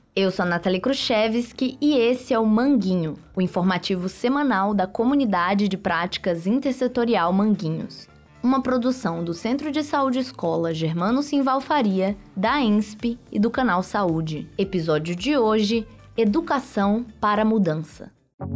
Eu sou a Nathalie Kruszewski e esse é o Manguinho, o informativo semanal da Comunidade de Práticas Intersetorial Manguinhos. Uma produção do Centro de Saúde Escola Germano Simval Faria, da ENSP e do Canal Saúde. Episódio de hoje, Educação para a Mudança.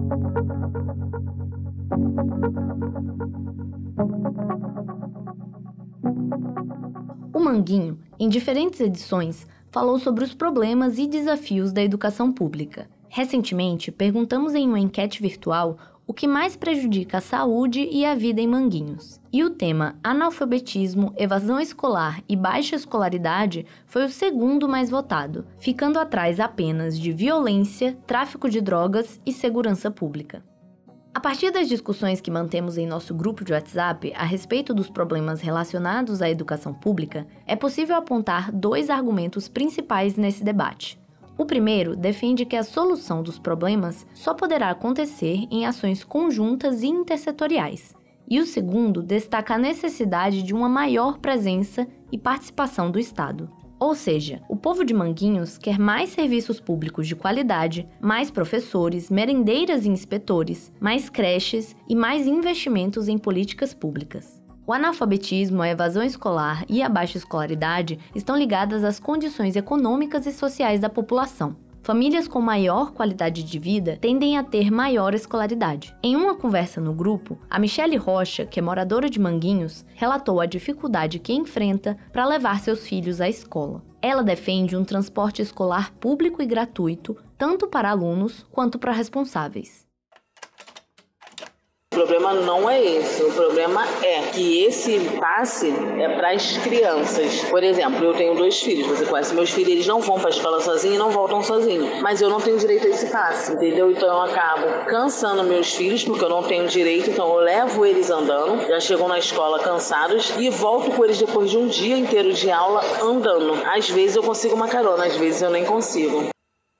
O Manguinho, em diferentes edições, falou sobre os problemas e desafios da educação pública. Recentemente, perguntamos em uma enquete virtual o que mais prejudica a saúde e a vida em Manguinhos. E o tema analfabetismo, evasão escolar e baixa escolaridade foi o segundo mais votado, ficando atrás apenas de violência, tráfico de drogas e segurança pública. A partir das discussões que mantemos em nosso grupo de WhatsApp a respeito dos problemas relacionados à educação pública, é possível apontar dois argumentos principais nesse debate. O primeiro defende que a solução dos problemas só poderá acontecer em ações conjuntas e intersetoriais. E o segundo destaca a necessidade de uma maior presença e participação do Estado. Ou seja, o povo de Manguinhos quer mais serviços públicos de qualidade, mais professores, merendeiras e inspetores, mais creches e mais investimentos em políticas públicas. O analfabetismo, a evasão escolar e a baixa escolaridade estão ligadas às condições econômicas e sociais da população. Famílias com maior qualidade de vida tendem a ter maior escolaridade. Em uma conversa no grupo, a Michele Rocha, que é moradora de Manguinhos, relatou a dificuldade que enfrenta para levar seus filhos à escola. Ela defende um transporte escolar público e gratuito, tanto para alunos quanto para responsáveis. O problema não é esse, o problema é que esse passe é para as crianças. Por exemplo, eu tenho 2 filhos, você conhece meus filhos, eles não vão para a escola sozinhos e não voltam sozinhos, mas eu não tenho direito a esse passe, entendeu? Então eu acabo cansando meus filhos, porque eu não tenho direito, então eu levo eles andando, já chegam na escola cansados e volto com eles depois de um dia inteiro de aula andando. Às vezes eu consigo uma carona, às vezes eu nem consigo.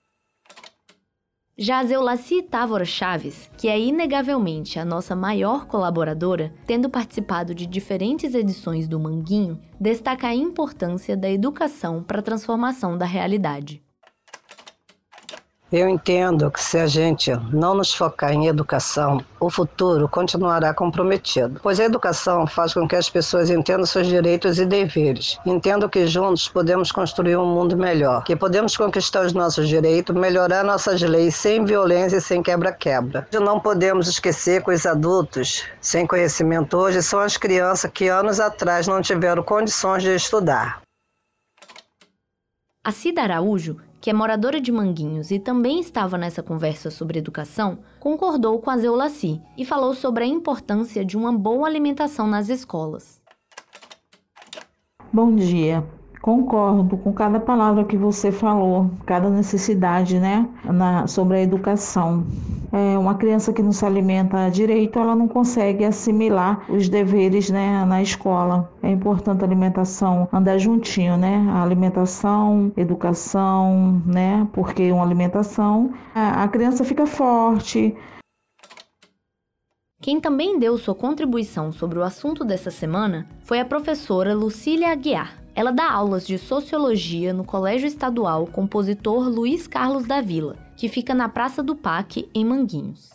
Já a Zeulaci Távora Chaves, que é inegavelmente a nossa maior colaboradora, tendo participado de diferentes edições do Manguinho, destaca a importância da educação para a transformação da realidade. Eu entendo que se a gente não nos focar em educação, o futuro continuará comprometido, pois a educação faz com que as pessoas entendam seus direitos e deveres. Entendo que juntos podemos construir um mundo melhor, que podemos conquistar os nossos direitos, melhorar nossas leis sem violência e sem quebra-quebra. Não podemos esquecer que os adultos sem conhecimento hoje são as crianças que anos atrás não tiveram condições de estudar. A Cida Araújo, que é moradora de Manguinhos e também estava nessa conversa sobre educação, concordou com a Zeulaci e falou sobre a importância de uma boa alimentação nas escolas. Bom dia. Concordo com cada palavra que você falou, cada necessidade, sobre a educação. Uma criança que não se alimenta direito, ela não consegue assimilar os deveres, na escola. É importante a alimentação andar juntinho, A alimentação, educação, Porque uma alimentação, a criança fica forte. Quem também deu sua contribuição sobre o assunto dessa semana foi a professora Lucília Aguiar. Ela dá aulas de Sociologia no Colégio Estadual Compositor Luiz Carlos da Vila, que fica na Praça do Parque, em Manguinhos.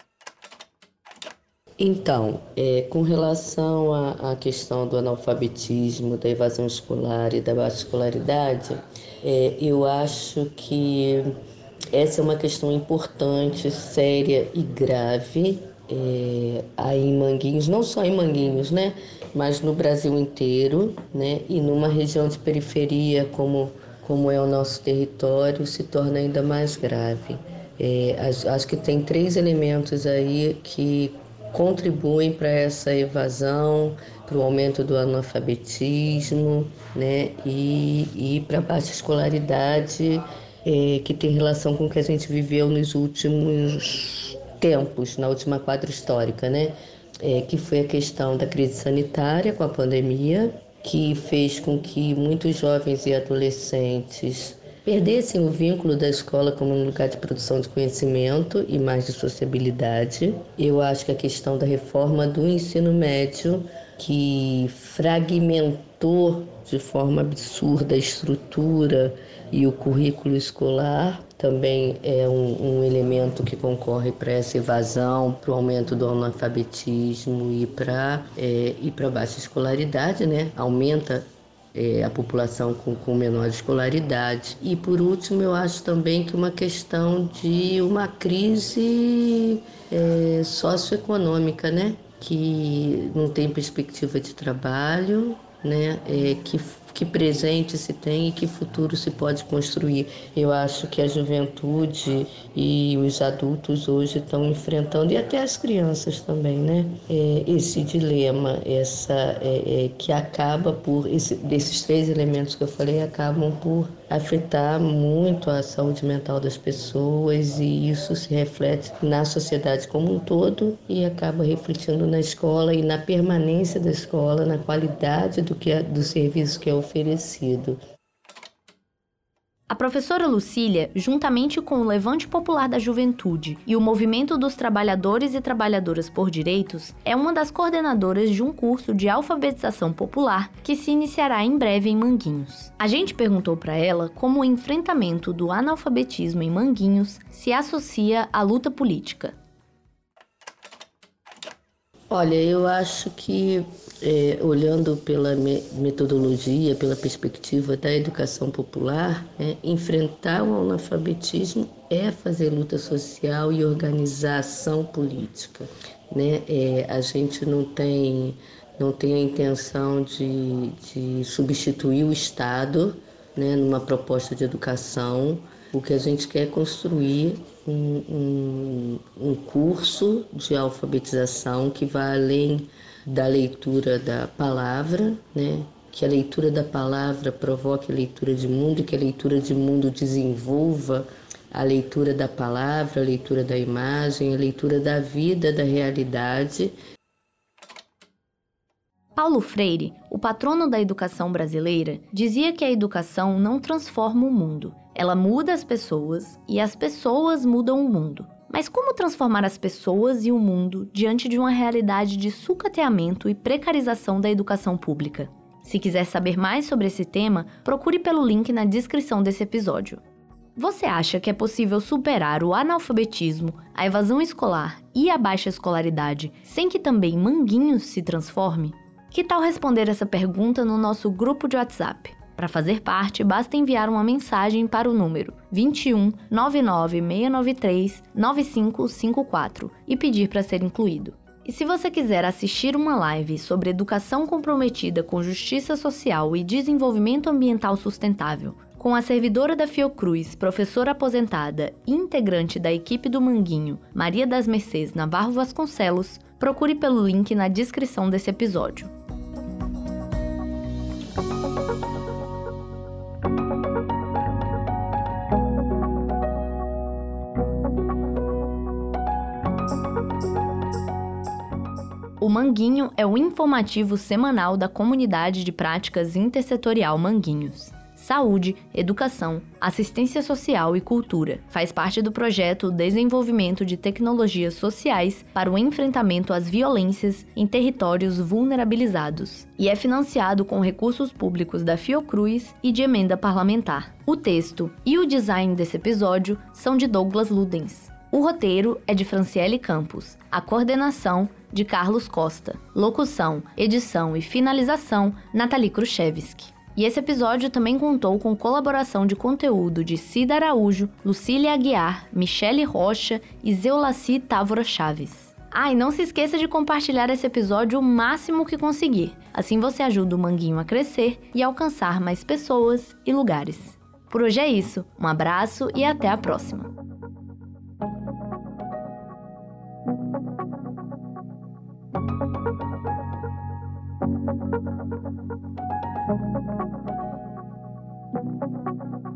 Então, com relação à questão do analfabetismo, da evasão escolar e da baixa escolaridade, eu acho que essa é uma questão importante, séria e grave, aí em Manguinhos, não só em Manguinhos, mas no Brasil inteiro, e numa região de periferia como é o nosso território, se torna ainda mais grave. Acho que tem 3 elementos aí que contribuem para essa evasão, para o aumento do analfabetismo, e para a baixa escolaridade, que tem relação com o que a gente viveu nos últimos tempos, na última quadra histórica, que foi a questão da crise sanitária com a pandemia, que fez com que muitos jovens e adolescentes perdessem o vínculo da escola como um lugar de produção de conhecimento e mais de sociabilidade. Eu acho que a questão da reforma do ensino médio, que fragmentou aumentou de forma absurda a estrutura e o currículo escolar, também é um elemento que concorre para essa evasão, para o aumento do analfabetismo e para baixa escolaridade, né? Aumenta a população com menor escolaridade. E, por último, eu acho também que uma questão de uma crise socioeconômica, né? Que não tem perspectiva de trabalho, né? Que presente se tem e que futuro se pode construir. Eu acho que a juventude e os adultos hoje estão enfrentando, e até as crianças também, né? Esse dilema, que acaba desses 3 elementos que eu falei, acabam por afetar muito a saúde mental das pessoas, e isso se reflete na sociedade como um todo e acaba refletindo na escola e na permanência da escola, na qualidade do serviço que é oferecido. A professora Lucília, juntamente com o Levante Popular da Juventude e o Movimento dos Trabalhadores e Trabalhadoras por Direitos, é uma das coordenadoras de um curso de alfabetização popular que se iniciará em breve em Manguinhos. A gente perguntou para ela como o enfrentamento do analfabetismo em Manguinhos se associa à luta política. Olha, eu acho que, olhando pela metodologia, pela perspectiva da educação popular, enfrentar o analfabetismo é fazer luta social e organizar ação política, né? A gente não tem a intenção de substituir o Estado, né, numa proposta de educação. O que a gente quer é construir um curso de alfabetização que vá além da leitura da palavra, né? Que a leitura da palavra provoque a leitura de mundo e que a leitura de mundo desenvolva a leitura da palavra, a leitura da imagem, a leitura da vida, da realidade. Paulo Freire, o patrono da educação brasileira, dizia que a educação não transforma o mundo. Ela muda as pessoas e as pessoas mudam o mundo. Mas como transformar as pessoas e o mundo diante de uma realidade de sucateamento e precarização da educação pública? Se quiser saber mais sobre esse tema, procure pelo link na descrição desse episódio. Você acha que é possível superar o analfabetismo, a evasão escolar e a baixa escolaridade sem que também Manguinhos se transforme? Que tal responder essa pergunta no nosso grupo de WhatsApp? Para fazer parte, basta enviar uma mensagem para o número 21 99 693 9554 e pedir para ser incluído. E se você quiser assistir uma live sobre educação comprometida com justiça social e desenvolvimento ambiental sustentável, com a servidora da Fiocruz, professora aposentada e integrante da equipe do Manguinho, Maria das Mercês Navarro Vasconcelos, procure pelo link na descrição desse episódio. O Manguinho é o informativo semanal da Comunidade de Práticas Intersetorial Manguinhos. Saúde, educação, assistência social e cultura. Faz parte do projeto Desenvolvimento de Tecnologias Sociais para o Enfrentamento às Violências em Territórios Vulnerabilizados e é financiado com recursos públicos da Fiocruz e de emenda parlamentar. O texto e o design desse episódio são de Douglas Ludens. O roteiro é de Franciele Campos. A coordenação de Carlos Costa. Locução, edição e finalização, Nathalie Kruszewski. E esse episódio também contou com colaboração de conteúdo de Cida Araújo, Lucília Aguiar, Michele Rocha e Zeulaci Távora Chaves. E não se esqueça de compartilhar esse episódio o máximo que conseguir. Assim você ajuda o Manguinho a crescer e alcançar mais pessoas e lugares. Por hoje é isso. Um abraço e até a próxima. Thank you.